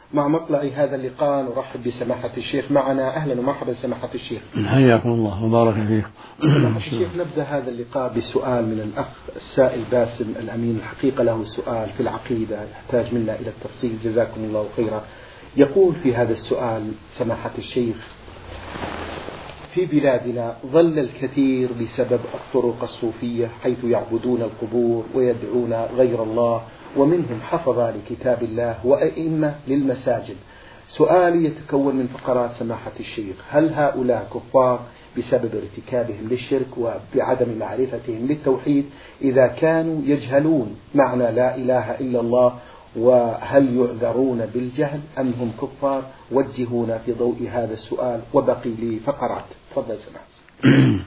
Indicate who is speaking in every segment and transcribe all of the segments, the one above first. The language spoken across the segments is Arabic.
Speaker 1: مع مطلع هذا اللقاء نرحب بسماحة الشيخ معنا. أهلا ومرحبا سماحة الشيخ.
Speaker 2: حياكم الله وبارك فيكم.
Speaker 1: سماحة الشيخ، نبدأ هذا اللقاء بسؤال من الأخ السائل باسم الأمين. الحقيقة له سؤال في العقيدة يحتاج منا إلى التفصيل، جزاكم الله خيرا. يقول في هذا السؤال سماحة الشيخ: في بلادنا ظل الكثير بسبب الطرق الصوفية حيث يعبدون القبور ويدعون غير الله، ومنهم حفظة لكتاب الله وأئمة للمساجد. سؤالي يتكون من فقرات سماحة الشيخ: هل هؤلاء كفار بسبب ارتكابهم للشرك وبعدم معرفتهم للتوحيد إذا كانوا يجهلون معنى لا إله إلا الله؟ وهل يعذرون بالجهل أم هم كفار؟ وجهونا في ضوء هذا السؤال، وبقي لي فقرات. تفضل سماحة.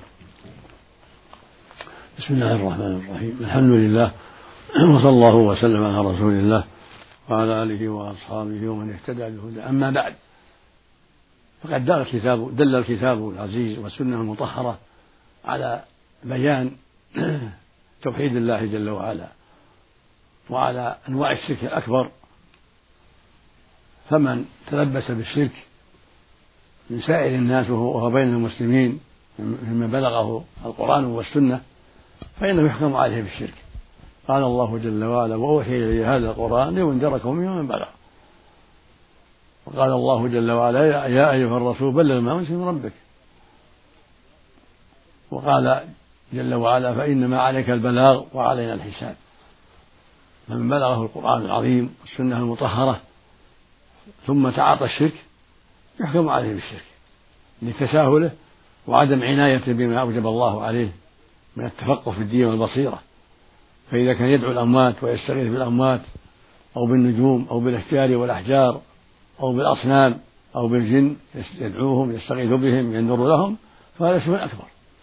Speaker 2: بسم الله الرحمن الرحيم. الحمد لله وصلى الله وسلم على رسول الله وعلى آله وأصحابه ومن اهتدى بهداه. أما بعد، فقد دل الكتاب العزيز والسنة المطهرة على بيان توحيد الله جل وعلا وعلى أنواع الشرك الأكبر. فمن تلبس بالشرك من سائر الناس وهو بين المسلمين مما بلغه القرآن والسنة فإنه يحكم عليه بالشرك. قال الله جل وعلا: وأوحي إلي هذا القرآن لينذركم من بلغ. وقال الله جل وعلا: يا أيها الرسول بلغ ما أنزل من ربك. وقال جل وعلا: فإنما عليك البلاغ وعلينا الحساب. فمن بلغه القرآن العظيم والسنة المطهرة ثم تعاطى الشرك يحكم عليه بالشرك لتساهله وعدم عنايته بما أوجب الله عليه من التفقه في الدين والبصيرة. فإذا كان يدعو الأموات ويستغيث بالأموات أو بالنجوم أو بالأشجار والأحجار أو بالأصنام أو بالجن، يدعوهم يستغيث بهم ينذر لهم، فهذا شيء أكبر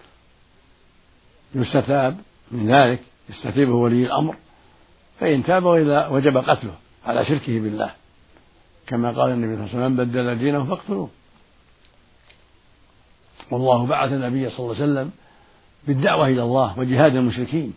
Speaker 2: يستتاب من ذلك، يستتيبه ولي الأمر، فإن تاب وإلا وجب قتله على شركه بالله، كما قال النبي صلى الله عليه وسلم: بدل دينه فاقتلوه. والله بعث النبي صلى الله عليه وسلم بالدعوة إلى الله وجهاد المشركين.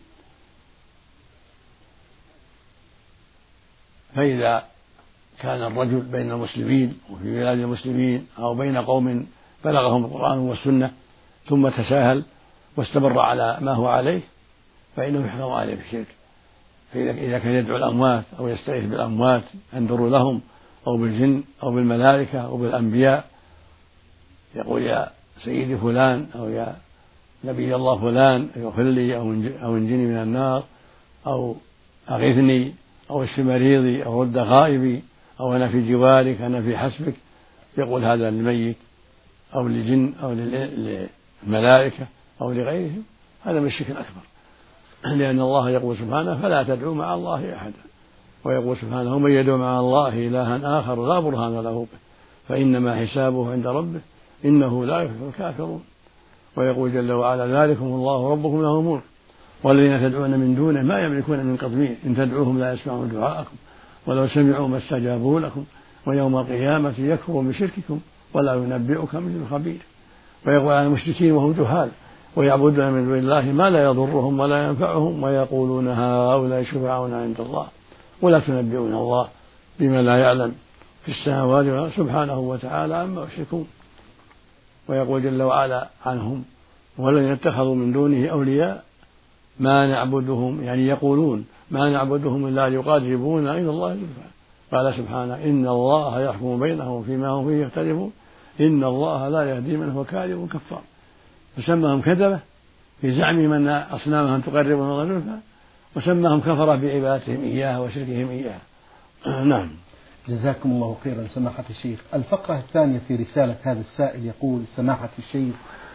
Speaker 2: فإذا كان الرجل بين المسلمين وفي بلاد المسلمين أو بين قوم بلغهم القرآن والسنة ثم تساهل واستمر على ما هو عليه فإنه يحكم عليه بالشرك. فإذا كان يدعو الأموات أو يستغيث بالأموات ينذر لهم أو بالجن أو بالملائكة أو بالأنبياء، يقول: يا سيدي فلان أو يا نبي الله فلان اغفر لي أو انجني من النار أو أغثني أو اشف مريضي أو رد غائبي أو أنا في جوارك أنا في حسبك، يقول هذا للميت أو للجن أو للملائكة أو لغيرهم، هذا من الشرك الأكبر. لأن الله يقول سبحانه: فلا تدعوا مع الله أحدا. ويقول سبحانه: من يدعو مع الله إلها آخر لا برهان له به فإنما حسابه عند ربه إنه لا يفلح الكافرون. ويقول جل وعلا: ذلكم الله ربكم له الملك والذين تدعون من دونه ما يملكون من قطمير إن تدعوهم لا يسمعوا دعاءكم ولو سمعوا ما استجابوا لكم ويوم القيامة يكفرون بشرككم ولا ينبئك مثل خبير. ويقول عن المشركين وهم جهال ويعبدون من دون الله ما لا يضرهم ولا ينفعهم ويقولون هؤلاء شفعاؤنا عند الله ولا تنبئون الله بما لا يعلم في السماوات سبحانه وتعالى عما يشركون. ويقول جل وعلا عنهم: والذين اتخذوا من دونه أولياء ما نعبدهم، يعني يقولون ما نعبدهم إلا ليقربونا إلى الله زلفى. قال سبحانه: إن الله يحكم بينهم فيما هم فيه يختلفون إن الله لا يهدي من هو كاذب كفار. فسماهم كذبة في زعمهم أن أصنامهم تقربهم إلى الله زلفى، وسماهم كفر بعبادتهم إياها وشركهم إياها. نعم.
Speaker 1: جزاكم الله خيرا سماحة الشيخ. الفقرة الثانية في رسالة هذا السائل يقول: سماحة الشيخ،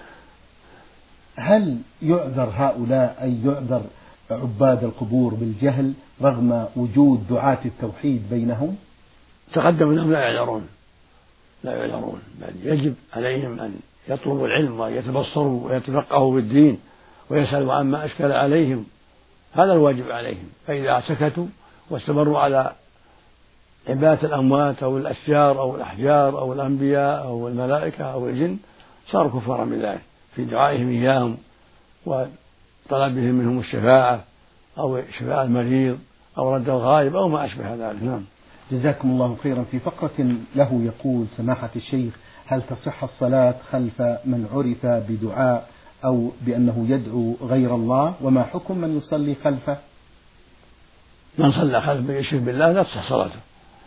Speaker 1: هل يعذر هؤلاء أي يعذر عباد القبور بالجهل رغم وجود دعاة التوحيد بينهم؟
Speaker 2: تقدم أنهم لا يعذرون، بل يجب عليهم أن يطلبوا العلم ويتبصروا ويتفقهوا بالدين ويسألوا عما أشكل عليهم، هذا الواجب عليهم. فإذا سكتوا واستمروا على عبادة الأموات أو الأشجار أو الأحجار أو الأنبياء أو الملائكة أو الجن صاروا كفارا بالله في دعائهم إياهم وطلبهم منهم الشفاعة أو شفاء المريض أو رد الغائب أو ما أشبه ذلك. نعم.
Speaker 1: جزاكم الله خيرا. في فقرة له يقول سماحة الشيخ: هل تصح الصلاة خلف من عرف بدعاء أو بأنه يدعو غير الله؟ وما حكم من يصلي خلفه؟
Speaker 2: من صلى خلف من يشرك بالله لا تصح صلاته،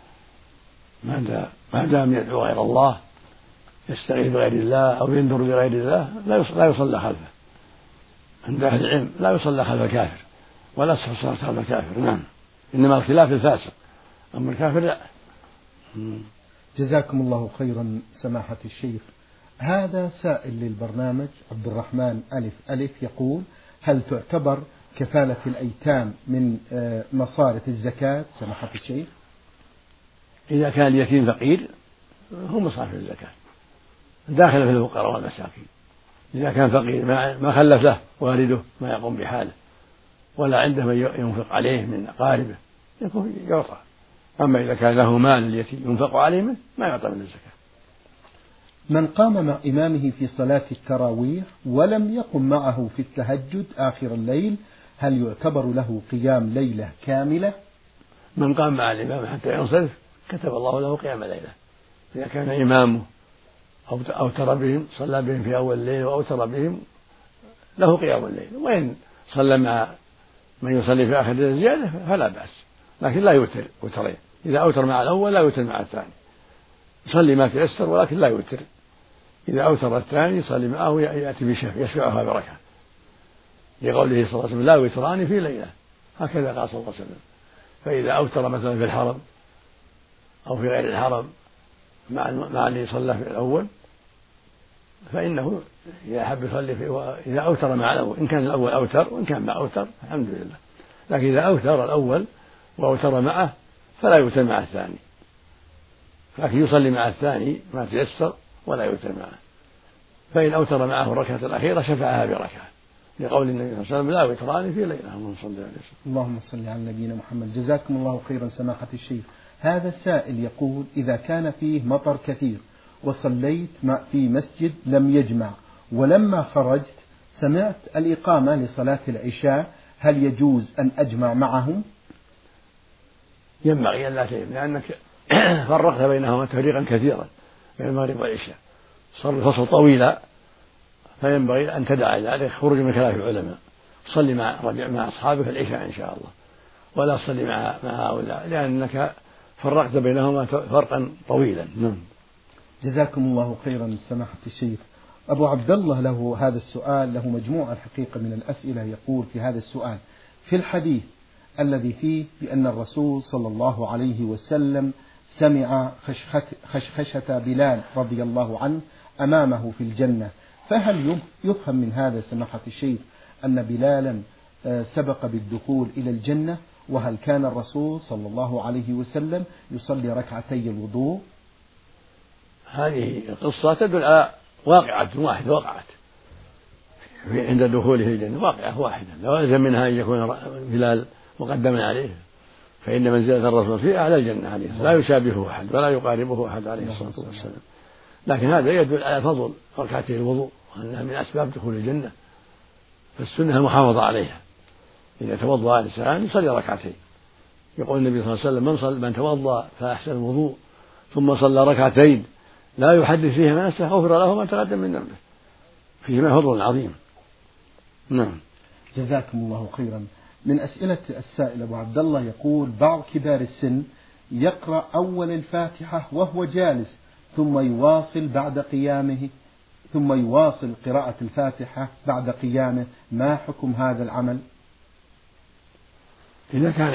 Speaker 2: ما دام يدعو غير الله، يستغيث بغير الله أو ينذر بغير الله، لا يصلى خلفه. عند أهل العلم لا يصلى خلف الكافر، ولا تصح الصلاة خلف الكافر. نعم، إنما الخلاف الفاسق، أما الكافر لا.
Speaker 1: جزاكم الله خيرا سماحة الشيخ. هذا سائل للبرنامج عبد الرحمن ألف يقول: هل تعتبر كفالة الأيتام من مصارف الزكاة سماحة الشيخ؟
Speaker 2: إذا كان اليتيم فقير هو مصارف الزكاة داخل في الفقراء والمساكين. إذا كان فقير ما خلف له والده ما يقوم بحاله، ولا عنده من ينفق عليه من أقاربه، يكون يعطى. أما إذا كان له مال اليتيم ينفق عليه منه ما يعطى من الزكاة.
Speaker 1: من قام مع إمامه في صلاة التراويح ولم يقم معه في التهجد آخر الليل، هل يعتبر له قيام ليلة كاملة؟
Speaker 2: من قام مع الإمام حتى ينصرف كتب الله له قيام ليلة. إذا كان إمامه أوتر بهم، صلى بهم في أول الليل وأوتر بهم، له قيام الليل. وإن صلى مع من يصلي في آخر الليل زيادة فلا بأس، لكن لا يوتر وترين. إذا أوتر مع الأول لا يوتر مع الثاني، يصلي ما تيسر ولكن لا يوتر. إذا أوتر الثاني يصلي معه يأتي بشفع يشفعها بركة، لقوله صلى الله عليه وسلم: لا وتران في ليلة، هكذا قال صلى الله عليه وسلم. فإذا أوتر مثلا في الحرم أو في غير الحرم مع اللي صلى في الأول، فإنه إذا أحب يصلي إذا أوتر مع الأول، إن كان الأول أوتر وإن كان مع أوتر الحمد لله. لكن إذا أوتر الأول وأوتر معه فلا يوتر مع الثاني، لكن يصلي مع الثاني ما تيسر ولا يوتر معه. فإن أوتر معه الركعة الأخيرة شفعها بركعة، لقول النبي صلى الله عليه وسلم: لا وتران في ليلة.
Speaker 1: اللهم صل على نبينا محمد. جزاكم الله خيرا سماحة الشيخ. هذا السائل يقول: إذا كان فيه مطر كثير وصليت في مسجد لم يجمع، ولما خرجت سمعت الإقامة لصلاة العشاء، هل يجوز أن أجمع معهم؟
Speaker 2: ينبغي أن لا تجمع، لأنك فرقت بينهما تفريقا كثيرا بين المغرب والعشاء، صار الفصل طويلا، فينبغي أن تدع ذلك خروج من خلاف العلماء. صلي مع أصحابك العشاء إن شاء الله، ولا تصلي مع هؤلاء، لأنك فرقت بينهما فرقا طويلا.
Speaker 1: جزاكم الله خيرا سماحة الشيخ. أبو عبد الله له هذا السؤال، له مجموعة الحقيقة من الأسئلة. يقول في هذا السؤال: في الحديث الذي فيه بأن الرسول صلى الله عليه وسلم سمع خشخشة بلال رضي الله عنه أمامه في الجنة، فهل يفهم من هذا سماحة الشيخ أن بلالا سبق بالدخول إلى الجنة؟ وهل كان الرسول صلى الله عليه وسلم يصلي ركعتي الوضوء؟
Speaker 2: هذه القصة تدل على واقعة واحدة وقعت عند دخوله في الجنة، واقعة واحدة، لا يلزم منها أن يكون بلال مقدما عليه، فإن منزلة الرسول فيه أعلى الجنة عليه، لا يشابهه أحد ولا يقاربه أحد عليه الصلاة والسلام. لكن هذا يدل على فضل ركعتي الوضوء وأنها من أسباب دخول الجنة، فالسنة المحافظة عليها. إذا توضأ الإنسان يصلي ركعتين. يقول النبي صلى الله عليه وسلم: من توضأ فأحسن الوضوء ثم صلى ركعتين لا يحدث فيهما نفسه غفر له ما تقدم من ذنبه، فيهما فضل عظيم. نعم.
Speaker 1: جزاكم الله خيرا. من أسئلة السائل أبو عبد الله يقول: بعض كبار السن يقرأ أول الفاتحة وهو جالس ثم يواصل قراءة الفاتحة بعد قيامه، ما حكم هذا العمل؟
Speaker 2: إذا كان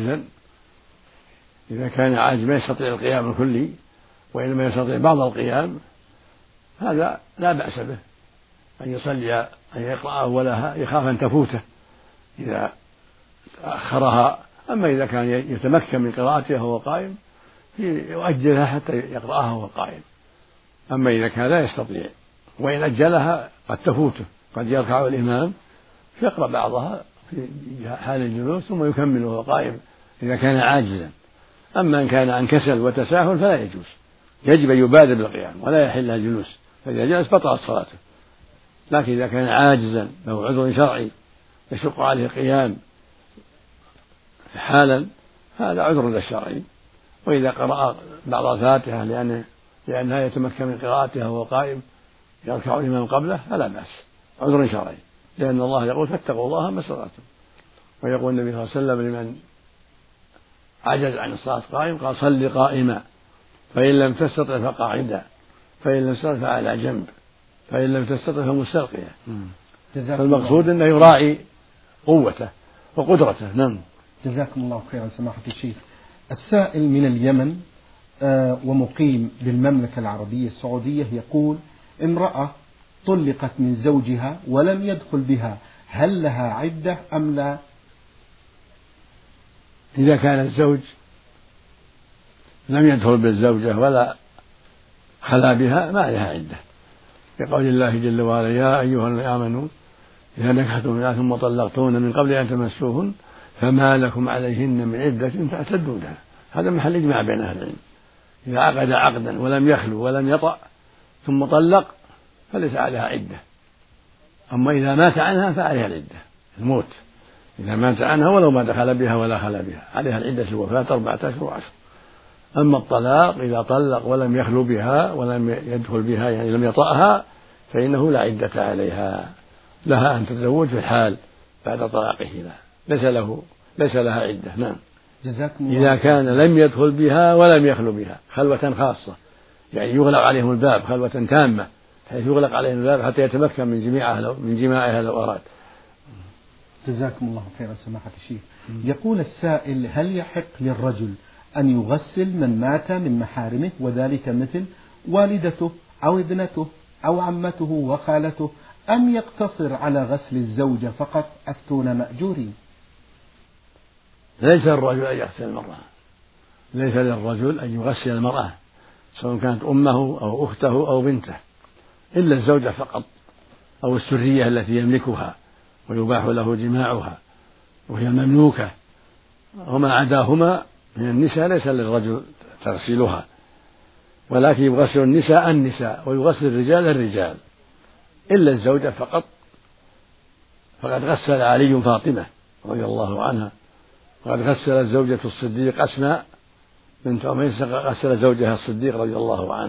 Speaker 2: عاجز ما يستطيع القيام الكلي وإنما يستطيع بعض القيام، هذا لا بأس به أن يصلي أن يقرأ أولها، يخاف أن تفوته إذا أخرها. أما إذا كان يتمكن من قراءتها وهو قائم يؤجلها حتى يقرأها وهو قائم. أما إذا كان لا يستطيع وإن أجلها قد تفوته، قد يركع الإمام فيقرأ بعضها في حال الجلوس ثم يكمل وهو قائم إذا كان عاجزا. أما إن كان عن كسل وتساهل فلا يجوز، يجب أن يبادر بالقيام ولا يحل الجلوس، فإذا جلس بطلت صلاته. لكن إذا كان عاجزا له عذر شرعي يشق عليه القيام حالا، هذا عذر للشرعي وإذا قرأ بعض الفاتحة لأنها يتمكن من قراءتها وهو قائم يركع الإمام قبله فلا بأس، عذر شرعي، لأن الله يقول فاتقوا الله ما استطعتم. ويقول النبي صلى الله عليه وسلم لمن عجز عن الصلاة قائم قال صل قائما، فإن لم تستطع فقاعدا، فإن لم تستطع فعلى جنب، فإن لم تستطع فمستلقيا. فالمقصود أنه يراعي قوته وقدرته. نعم.
Speaker 1: جزاكم الله خيرا سماحة الشيخ. السائل من اليمن ومقيم بالمملكة العربية السعودية يقول: امرأة طلقت من زوجها ولم يدخل بها، هل لها عدة أم لا؟
Speaker 2: إذا كان الزوج لم يدخل بالزوجة ولا خلا بها ما لها عدة، بقول الله جل وعلا: يا أيها الذين آمنوا إذا نكحتم ثم طلقتون من قبل أن تمسوهن فما لكم عليهن من عدة تعتدونها. هذا محل إجماع بين أهل العلم. إذا عقد عقدا ولم يخلو ولم يطأ ثم طلق فليس عليها عدة. أما إذا مات عنها فعليها العدة، الموت إذا مات عنها ولو ما دخل بها ولا خلا بها عليها العدة الوفاة 4 أشهر و10. أما الطلاق إذا طلق ولم يخلو بها ولم يدخل بها يعني لم يطأها فإنه لا عدة عليها، لها أن تتزوج في الحال بعد طلاقه ليس لها عدة. نعم. إذا كان لم يدخل بها ولم يخلو بها خلوة خاصة، يعني يغلق عليهم الباب خلوة تامة حيث يغلق عليهم الباب حتى يتمكن من جماعها لو أراد.
Speaker 1: جزاكم الله خيرا سماحة الشيخ. يقول السائل: هل يحق للرجل أن يغسل من مات من محارمه، وذلك مثل والدته أو ابنته أو عمته وخالته، أم يقتصر على غسل الزوجة فقط؟ أفتونا مأجورين.
Speaker 2: ليس للرجل أن يغسل المرأة، ليس للرجل أن يغسل المرأة سواء كانت أمه أو أخته أو بنته، إلا الزوجة فقط أو السرية التي يملكها ويباح له جماعها وهي المملوكة، وما عداهما من النساء ليس للرجل تغسيلها، ولكن يغسل النساء ويغسل الرجال إلا الزوجة فقط. فقد غسل علي فاطمة رضي الله عنها، وقد غسل زوجة الصديق أسماء بنت عميس غسل زوجها الصديق رضي الله عنه.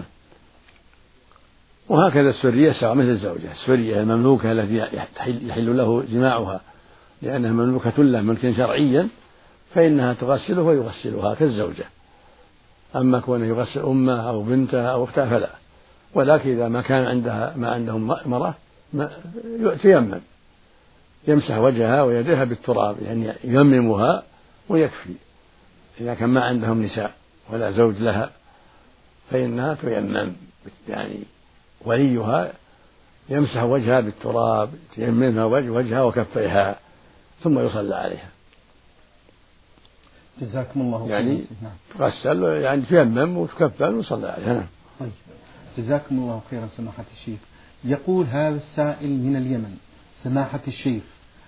Speaker 2: وهكذا السرية سواء مثل الزوجة، السرية المملوكة التي يحل له جماعها لأنها مملوكة له ملكا شرعيا فإنها تغسله ويغسلها كالزوجة. أما كونه يغسل أمه أو بنتها أو أختها فلا. ولكن إذا ما كان عندهم مرأة يتيمم، يمسح وجهها ويديها بالتراب يعني ييممها ويكفي. إذا كان ما عندهم نساء ولا زوج لها فإنها تيمم، يعني وليها يمسح وجهها بالتراب، ييممها وجهها وكفيها ثم يصلى عليها.
Speaker 1: جزاكم الله خيرا.
Speaker 2: يعني تغسل يعني تيمم وتكفل ويصلى عليها.
Speaker 1: طيب. جزاكم الله خيرا سماحة الشيخ. يقول هذا السائل من اليمن: سماحة الشيخ،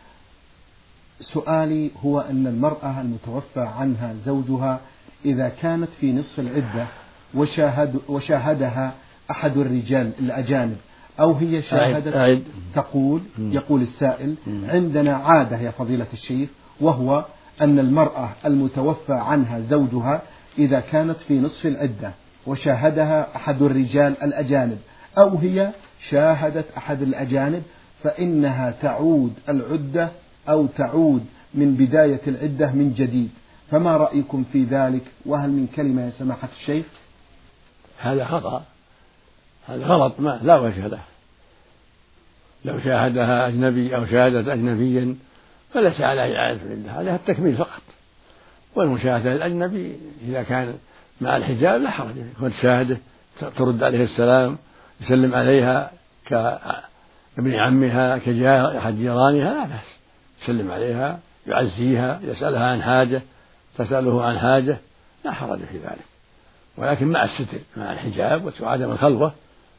Speaker 1: سؤالي هو أن المرأة المتوفى عنها زوجها إذا كانت في نصف العدة وشاهدها أحد الرجال الأجانب أو هي شاهدت يقول السائل: عندنا عادة يا فضيلة الشيخ، وهو أن المرأة المتوفى عنها زوجها إذا كانت في نصف العدة وشاهدها أحد الرجال الأجانب أو هي شاهدت أحد الأجانب فإنها تعود العدة أو تعود من بداية العدة من جديد، فما رأيكم في ذلك؟ وهل من كلمة يا سماحة الشيخ؟
Speaker 2: هذا خطأ، هذا غلط ما لا وجه له. لو شاهدها أجنبي أو شاهدت أجنبيا فليس عليه إعادة العدة، عليها التكميل فقط. والمشاهدة الأجنبي إذا كان مع الحجاب لا حرج، يكون شاهده ترد عليه السلام، يسلم عليها كابن عمها كأحد جيرانها لا بأس، يسلم عليها يعزيها يسألها عن حاجة تسأله عن حاجة لا حرج في ذلك، ولكن مع الستر مع الحجاب وعدم الخلوة.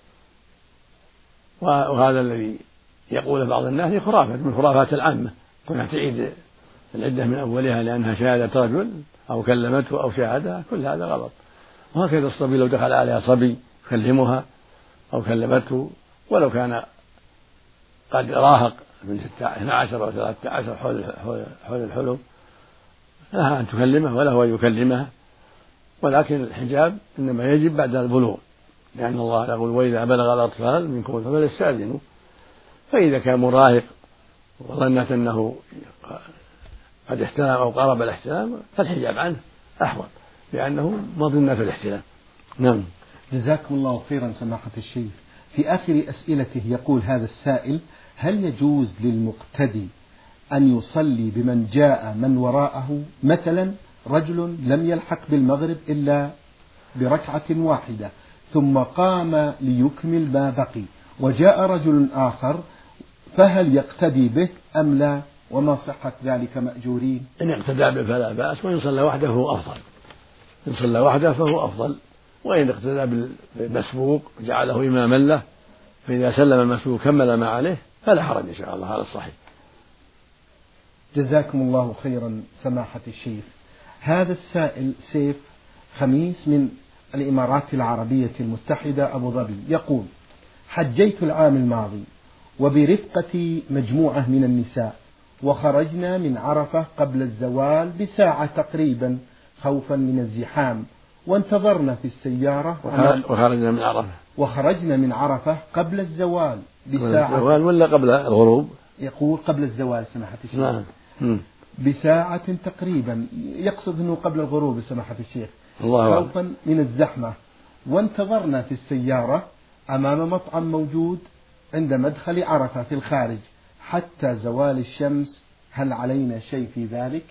Speaker 2: وهذا الذي يقول بعض الناس خرافة من خرافات العامة، كونها تعيد العدة من أولها لأنها شاهدت رجل أو كلمته أو شاهدها، كل هذا غلط. وهكذا الصبي لو دخل عليها صبي يكلمها أو كلمته ولو كان قد راهق من 12 أو 13 حول الحلم لها أن تكلمه وله أن يكلمها، ولكن الحجاب إنما يجب بعد البلوغ، لأن الله يقول وإذا بلغ الأطفال منكم فليستأذنوا. فإذا كان مراهق وظنت أنه قد احتلم أو قارب الاحتلام فالحجاب عنه أحوط، لأنه مظنة في الاحتلام. نعم.
Speaker 1: جزاكم الله خيرا سماحة الشيخ. في آخر أسئلته يقول هذا السائل: هل يجوز للمقتدي أن يصلي بمن جاء من وراءه؟ مثلا رجل لم يلحق بالمغرب إلا بركعة واحدة ثم قام ليكمل ما بقي وجاء رجل آخر، فهل يقتدي به أم لا؟ وما صحة ذلك مأجورين؟
Speaker 2: إن اقتدى به فلا بأس، وإن صلى وحده فهو أفضل. إن صلى وحده فهو أفضل، وإن اقتدى بالمسبوق جعله إماما له، فإذا سلم المسبوق كمل ما عليه فلا حرج إن شاء الله على الصحيح.
Speaker 1: جزاكم الله خيرا سماحة الشيخ. هذا السائل سيف خميس من الإمارات العربية المتحدة أبو ظبي يقول: حجيت العام الماضي وبرفقة مجموعة من النساء، وخرجنا من عرفة قبل الزوال بساعة تقريبا خوفا من الزحام، وانتظرنا في السيارة. وخرجنا من عرفة قبل الزوال بساعة.
Speaker 2: الزوال ولا قبل الغروب؟
Speaker 1: يقول قبل الزوال سماحة الشيخ.
Speaker 2: نعم.
Speaker 1: بساعة تقريبا، يقصد أنه قبل الغروب سماحة الشيخ، خوفا من الزحمة، وانتظرنا في السيارة أمام مطعم موجود عند مدخل عرفة في الخارج حتى زوال الشمس، هل علينا شيء في ذلك؟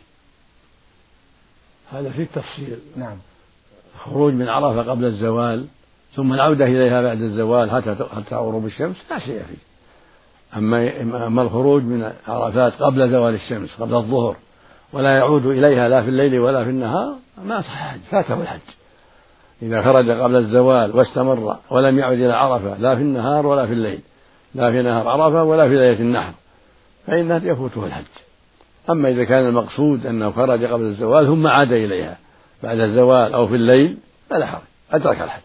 Speaker 2: هذا فيه تفصيل.
Speaker 1: نعم.
Speaker 2: خروج من عرفة قبل الزوال ثم العودة إليها بعد الزوال حتى غروب الشمس لا شيء فيه. أما الخروج من عرفات قبل زوال الشمس قبل الظهر ولا يعود إليها لا في الليل ولا في النهار ما صح حج، فاته الحج. إذا خرج قبل الزوال واستمر ولم يعد إلى عرفة لا في النهار ولا في الليل، لا في نهار عرفة ولا في ليلة النحر، فإنه يفوته الحج. أما إذا كان المقصود أنه خرج قبل الزوال ثم عاد إليها بعد الزوال أو في الليل فلا حرج، أدرك الحج.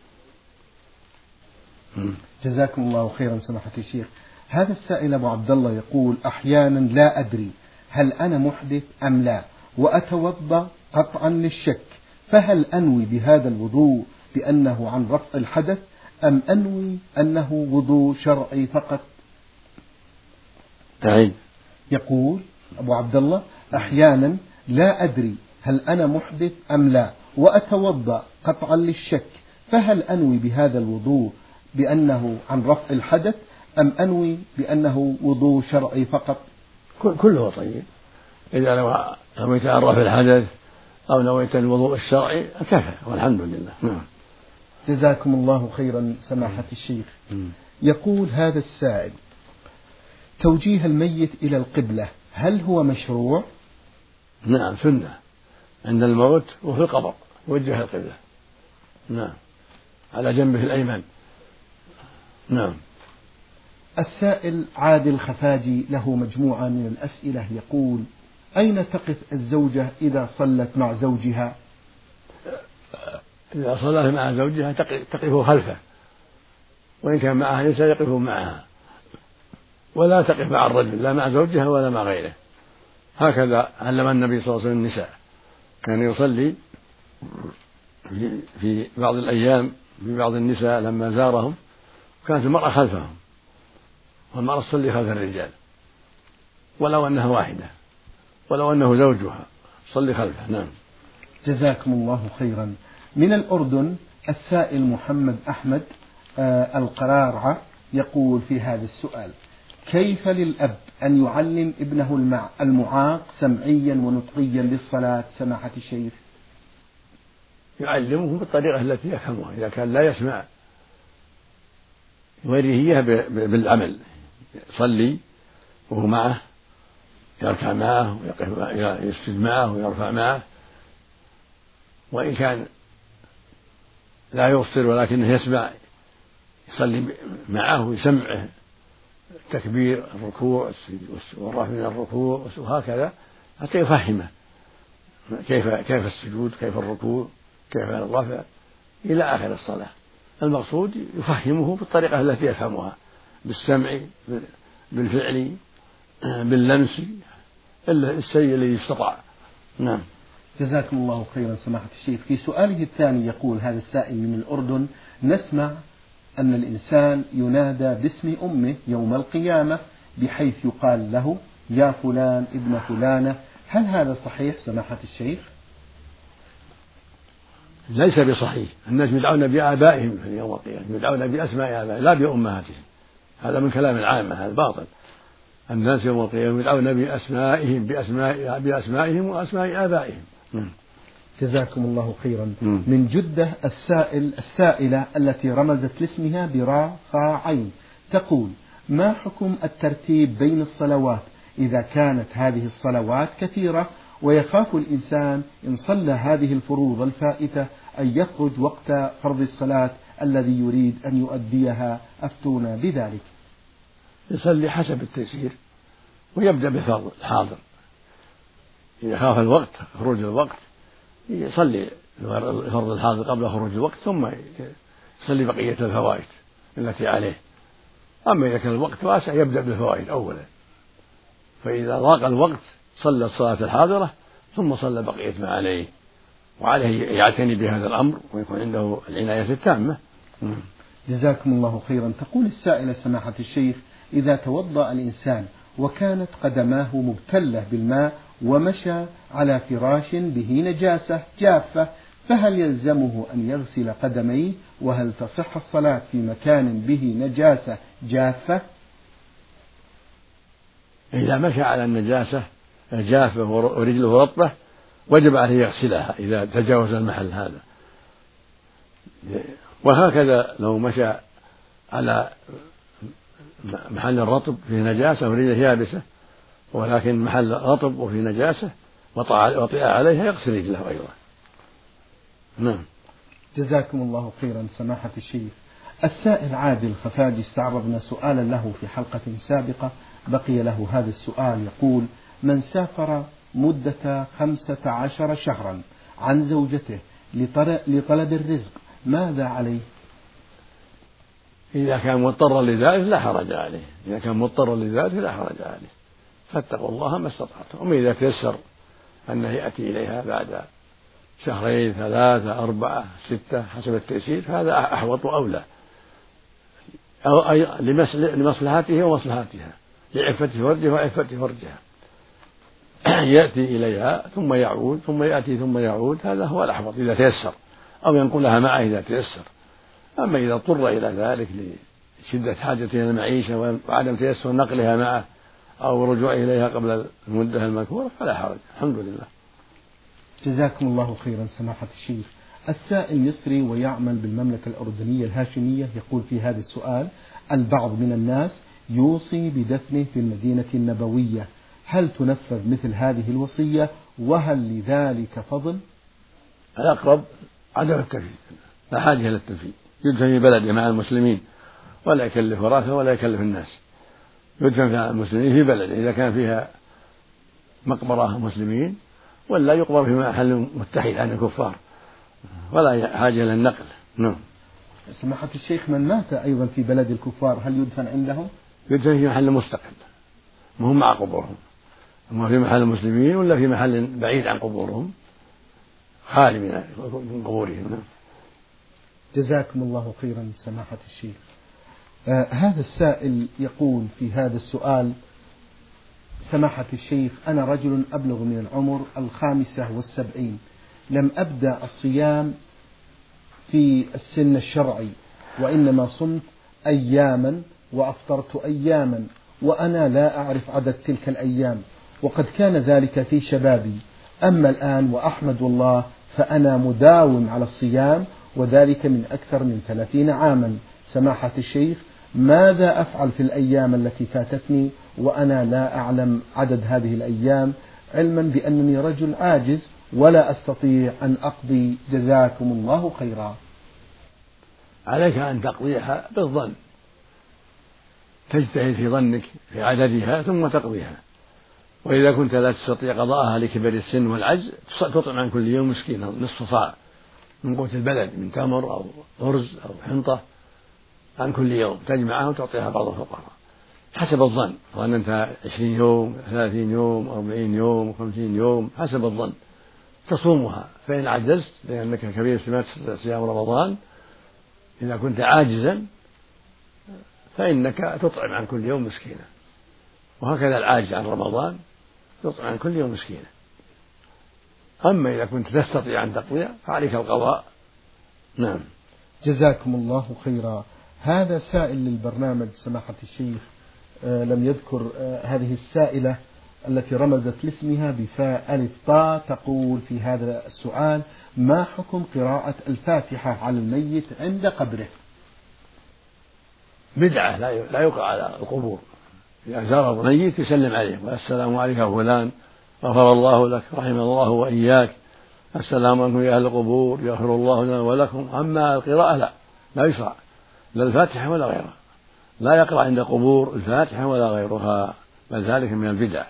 Speaker 1: جزاكم الله خيرا سماحة الشيخ. هذا السائل أبو عبد الله يقول: أحيانا لا أدري هل أنا محدث أم لا، وأتوضأ قطعا للشك، فهل أنوي بهذا الوضوء بأنه عن رفع الحدث أم أنوي أنه وضوء شرعي فقط؟ يقول أبو عبد الله: أحيانا لا أدري هل أنا محدث أم لا، وأتوضأ قطعا للشك، فهل أنوي بهذا الوضوء بأنه عن رفع الحدث أم أنوي بأنه وضوء شرعي فقط؟
Speaker 2: كله طيب. إذا نويت عن رفع الحدث أو نويت الوضوء الشرعي كفى والحمد لله. نعم.
Speaker 1: جزاكم الله خيرا سماحة الشيخ. يقول هذا السائل: توجيه الميت إلى القبلة هل هو مشروع؟
Speaker 2: نعم سنة، عند الموت وفي القبر وجه القبلة. نعم، على جنبه الأيمن. نعم.
Speaker 1: السائل عادل خفاجي له مجموعة من الأسئلة يقول: أين تقف الزوجة إذا صلت مع زوجها؟
Speaker 2: إذا صلت مع زوجها تقف خلفه، وإن كان معها نساء يقف معها، ولا تقف مع الرجل لا مع زوجها ولا مع غيره. هكذا علم النبي صلى الله عليه وسلم النساء، كان يصلي في بعض الأيام ببعض النساء لما زارهم كانت المرأة خلفهم، والمرأة تصلي خلف الرجال ولو أنها واحدة، ولو أنه زوجها صلي خلفه. نعم.
Speaker 1: جزاكم الله خيرا. من الأردن السائل محمد أحمد القرارعة يقول في هذا السؤال: كيف للأب أن يعلم ابنه المعاق سمعيا ونطقيا للصلاة سماحة الشيخ؟
Speaker 2: يعلمه بالطريقة التي يفهمها، إذا كان لا يسمع يوريه إياه بالعمل، يصلي وهو معه، يركع معه يسجد معه ويرفع معه، وإن كان لا يبصر ولكنه يسمع يصلي معه ويسمعه التكبير الركوع والرفع من الركوع وهكذا حتى يفهمه كيف السجود كيف الركوع كيف الرفع إلى آخر الصلاة. المقصود يفهمه بالطريقة التي يفهمها، بالسمع بالفعل باللمس الشيء الذي استطاع. نعم.
Speaker 1: جزاكم الله خيرا سماحة الشيخ. في سؤاله الثاني يقول هذا السائل من الأردن: نسمع أن الإنسان ينادى باسم أمه يوم القيامة بحيث يقال له يا فلان ابن فلانة، هل هذا صحيح سماحة الشيخ؟
Speaker 2: ليس بصحيح. الناس يدعون بآبائهم في يوم القيامة، يدعون بأسماء آبائهم لا بأمهاتهم، هذا من كلام العامة، هذا باطل. الناس يوم القيامة يدعون بأسمائهم بأسمائهم وأسماء آبائهم.
Speaker 1: جزاكم الله خيرا. من جدة السائلة التي رمزت لاسمها براء خاء عين تقول: ما حكم الترتيب بين الصلوات إذا كانت هذه الصلوات كثيرة ويخاف الإنسان إن صلى هذه الفروض الفائتة أن يخرج وقت فرض الصلاة الذي يريد أن يؤديها، أفتونا بذلك.
Speaker 2: يصلي حسب التيسير ويبدأ بفرض الحاضر، إذا خاف الوقت خروج الوقت يصلي فرض الحاضر قبل خروج الوقت ثم يصلي بقية الفوائد التي عليه. أما إذا كان الوقت واسع يبدأ بالفوائد أولا، فإذا ضاق الوقت صلى الصلاة الحاضرة ثم صلى بقية ما عليه، وعليه يعتني بهذا الأمر ويكون عنده العناية التامة.
Speaker 1: جزاكم الله خيرا. تقول السائلة سماحة الشيخ: إذا توضأ الإنسان وكانت قدماه مبتلة بالماء ومشى على فراش به نجاسة جافة، فهل يلزمه أن يغسل قدميه؟ وهل تصح الصلاة في مكان به نجاسة جافة؟
Speaker 2: إذا مشى على النجاسة الجافة ورجله رطبة وجب عليه يغسلها إذا تجاوز المحل هذا. وهكذا لو مشى على محل رطب فيه نجاسة ورجله يابسة ولكن محل رطب وفيه نجاسة وطئ عليها يغسل رجله أيضا. نعم.
Speaker 1: جزاكم الله خيرا سماحة الشيخ. السائل عادل خفاجي استعرضنا سؤالا له في حلقة سابقة، بقي له هذا السؤال يقول: من سافر مدة 15 شهرا عن زوجته لطلب الرزق ماذا عليه؟
Speaker 2: إذا كان مضطرا لذلك لا حرج عليه، إذا كان مضطرا لذلك لا حرج عليه، فاتقوا الله ما استطعتم. ومن إذا تيسر أنه يأتي إليها بعد شهرين 3 4 6 حسب التيسير فهذا أحوط وأولى، أو لمصلحته ومصلحتها، لعفة فرجه وعفة فرجها. يأتي إليها ثم يعود ثم يأتي ثم يعود، هذا هو الأحوط إذا تيسر، أو ينقلها معه إذا تيسر. أما إذا اضطر إلى ذلك لشدة حاجته إلى المعيشة وعدم تيسر نقلها معه أو رجوعه إليها قبل المدة المذكورة فلا حرج، الحمد لله.
Speaker 1: جزاكم الله خيرا سماحة الشيخ. السائل مصري ويعمل بالمملكة الأردنية الهاشمية يقول في هذا السؤال: البعض من الناس يوصي بدفنه في المدينة النبوية، هل تنفذ مثل هذه الوصية وهل لذلك فضل؟
Speaker 2: الأقرب عدم التنفيذ، لا حاجة إلى التنفيذ، يدفن في بلده مع المسلمين ولا يكلف ورثه ولا يكلف الناس، يدفن في المسلمين في بلده إذا كان فيها مقبرة مسلمين، ولا يقبر في محل متحد عن الكفار ولا حاجة إلى النقل. نعم.
Speaker 1: سماحة الشيخ من مات أيضا في بلد الكفار هل يدفن عندهم؟
Speaker 2: يدفن في محل مستقل مهم مع قبورهم، أما في محل المسلمين ولا في محل بعيد عن قبورهم خالي من قبورهم.
Speaker 1: جزاكم الله خيرا سماحة الشيخ. هذا السائل يقول في هذا السؤال: سماحة الشيخ، أنا رجل أبلغ من العمر 75، لم أبدأ الصيام في السن الشرعي، وإنما صمت أياما وأفطرت أياما، وأنا لا أعرف عدد تلك الأيام، وقد كان ذلك في شبابي. أما الآن وأحمد الله فأنا مداوم على الصيام، وذلك من أكثر من 30 عاما. سماحة الشيخ، ماذا أفعل في الأيام التي فاتتني وأنا لا أعلم عدد هذه الأيام، علما بأنني رجل عاجز ولا أستطيع أن أقضي؟ جزاكم الله خيرا.
Speaker 2: عليك أن تقضيها بالظن، تجتهد في ظنك في عددها ثم تقضيها، وإذا كنت لا تستطيع قضاءها لكبر السن والعجز تطعم عن كل يوم مسكينا نصف صاع من قوت البلد من تمر أو أرز أو حنطة عن كل يوم، تجمعها وتعطيها بعض الفقراء حسب الظن، ظن أنت 20 يوم 30 يوم 40 يوم 50 يوم حسب الظن، تصومها، فإن عجزت لأنك كبير سمات صيام رمضان إذا كنت عاجزا فإنك تطعم عن كل يوم مسكينا، وهكذا العاجز عن رمضان تطعم عن كل يوم مسكينا. أما إذا كنت تستطيع أن تقضي فعليك القضاء. نعم.
Speaker 1: جزاكم الله خيرا. هذا سائل للبرنامج سماحة الشيخ لم يذكر هذه السائلة التي رمزت لاسمها بفاء ألف طاء، تقول في هذا السؤال: ما حكم قراءة الفاتحة على الميت عند قبره؟
Speaker 2: بدعة، لا يقرأ على القبور. إذا زار الميت يسلم عليه: والسلام عليك يا فلان، غفر الله لك، رحم الله وإياك، السلام عليكم يا أهل القبور، يغفر الله لنا ولكم. أما القراءة لا يشرع، لا الفاتحة ولا غيرها، لا يقرأ عند قبور الفاتحة ولا غيرها، بل ذلك من البدع.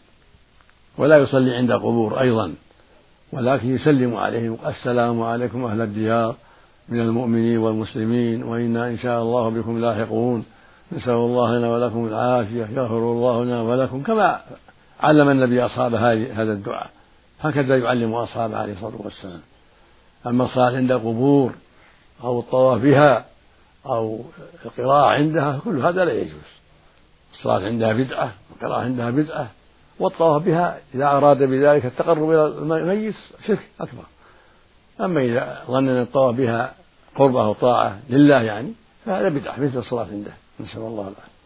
Speaker 2: ولا يصلي عند قبور أيضا، ولكن يسلم عليهم: السلام عليكم أهل الديار من المؤمنين والمسلمين، وإنا إن شاء الله بكم لاحقون، نسأل الله لنا ولكم العافية، يغفر الله لنا ولكم، كما علم النبي أصحابه هذا الدعاء، هكذا يعلم أصحابه عليه الصلاة والسلام. أما الصلاة عند قبور أو الطواف بها أو القراءة عندها كل هذا لا يجوز. الصلاة عندها بدعة، والقراءة عندها بدعة، والطواف بها إذا أراد بذلك التقرب إلى الميت شرك أكبر. أما إذا ظن أن الطواف بها قربة وطاعة لله يعني فهذا بدعة مثل الصلاة عنده، نسأل الله العافية.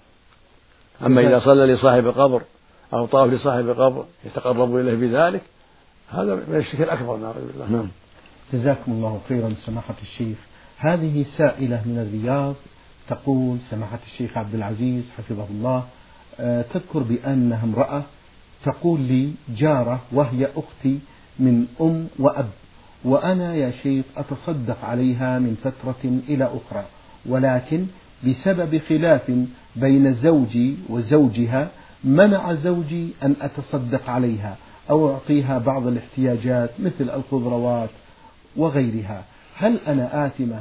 Speaker 2: أما إذا صلى لصاحب قبر أو طاف لصاحب قبر يتقرب إليه بذلك هذا من الشرك الأكبر، نعوذ بالله. نعم.
Speaker 1: جزاكم الله خيرا سماحة الشيخ. هذه سائلة من الرياض تقول: سماحة الشيخ عبد العزيز حفظه الله، تذكر بأنها امرأة تقول لي جارة وهي أختي من أم وأب، وأنا يا شيخ أتصدق عليها من فترة إلى أخرى، ولكن بسبب خلاف بين زوجي وزوجها منع زوجي أن أتصدق عليها أو أعطيها بعض الاحتياجات مثل الخضروات وغيرها. هل أنا آثمة؟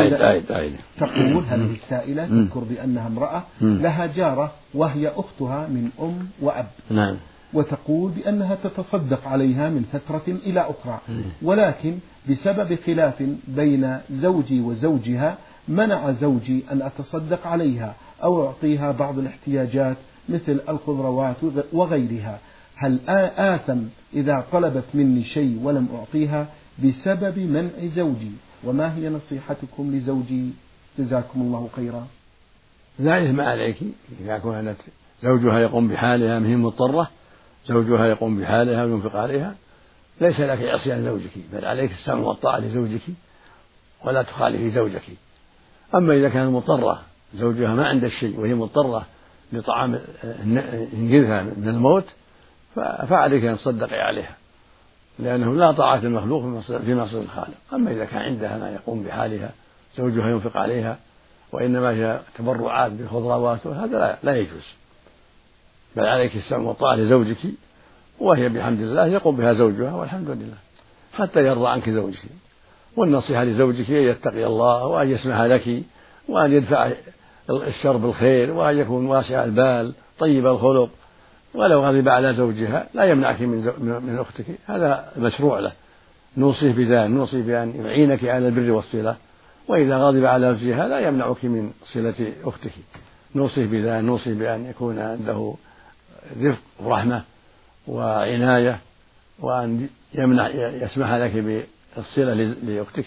Speaker 1: تقول هذه السائلة تذكر بأنها امرأة لها جارة وهي أختها من أم وأب،
Speaker 2: نعم،
Speaker 1: وتقول بأنها تتصدق عليها من فترة إلى أخرى، ولكن بسبب خلاف بين زوجي وزوجها منع زوجي أن أتصدق عليها أو أعطيها بعض الاحتياجات مثل الخضروات وغيرها. هل آثم إذا طلبت مني شيء ولم أعطيها بسبب منع زوجي؟ وما هي نصيحتكم لزوجي؟ جزاكم الله خيرا.
Speaker 2: لا إثم عليك إذا كانت زوجها يقوم بحالها مهي مضطرة، زوجها يقوم بحالها وينفق عليها، ليس لك عصيان زوجك، بل عليك السمع والطاعة لزوجك ولا تخالفي زوجك. أما إذا كانت مضطرة زوجها ما عنده شيء وهي مضطرة لطعام ينقذها من الموت فعليك أن تصدقي عليها، لأنه لا طاعة المخلوق في معصية الخالق. أما إذا كان عندها ما يقوم بحالها زوجها ينفق عليها وإنما هي تبرعات بالخضروات هذا لا يجوز، بل عليك السمع والطاعة لزوجك، وهي بحمد الله يقوم بها زوجها والحمد لله حتى يرضى عنك زوجك. والنصيحة لزوجك أن يتقي الله وأن يسمح لك وأن يدفع الشر بالخير وأن يكون واسع البال طيب الخلق، ولو غضب على زوجها لا يمنعك من أختك، هذا مشروع له. نوصيه بذلك، نوصي بأن يعينك على البر والصلة، وإذا غضب على زوجها لا يمنعك من صلة أختك. نوصيه بذلك، نوصي بأن يكون عنده رفق ورحمة وعناية، وأن يسمح لك بالصلة لأختك.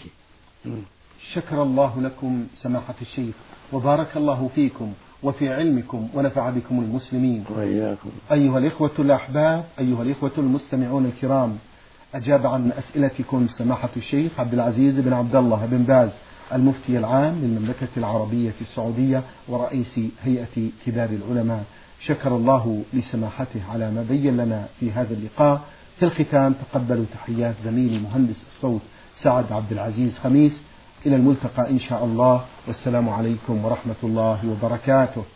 Speaker 1: شكر الله لكم سماحة الشيخ، وبارك الله فيكم وفي علمكم ونفع بكم المسلمين
Speaker 2: وإياكم.
Speaker 1: أيها الإخوة الأحباب، أيها الإخوة المستمعون الكرام، أجاب عن أسئلتكم سماحة الشيخ عبد العزيز بن عبد الله بن باز المفتي العام للمملكة العربية السعودية ورئيس هيئة كبار العلماء. شكر الله لسماحته على ما بين لنا في هذا اللقاء. في الختام تقبلوا تحيات زميلي مهندس الصوت سعد عبد العزيز خميس. إلى الملتقى إن شاء الله، والسلام عليكم ورحمة الله وبركاته.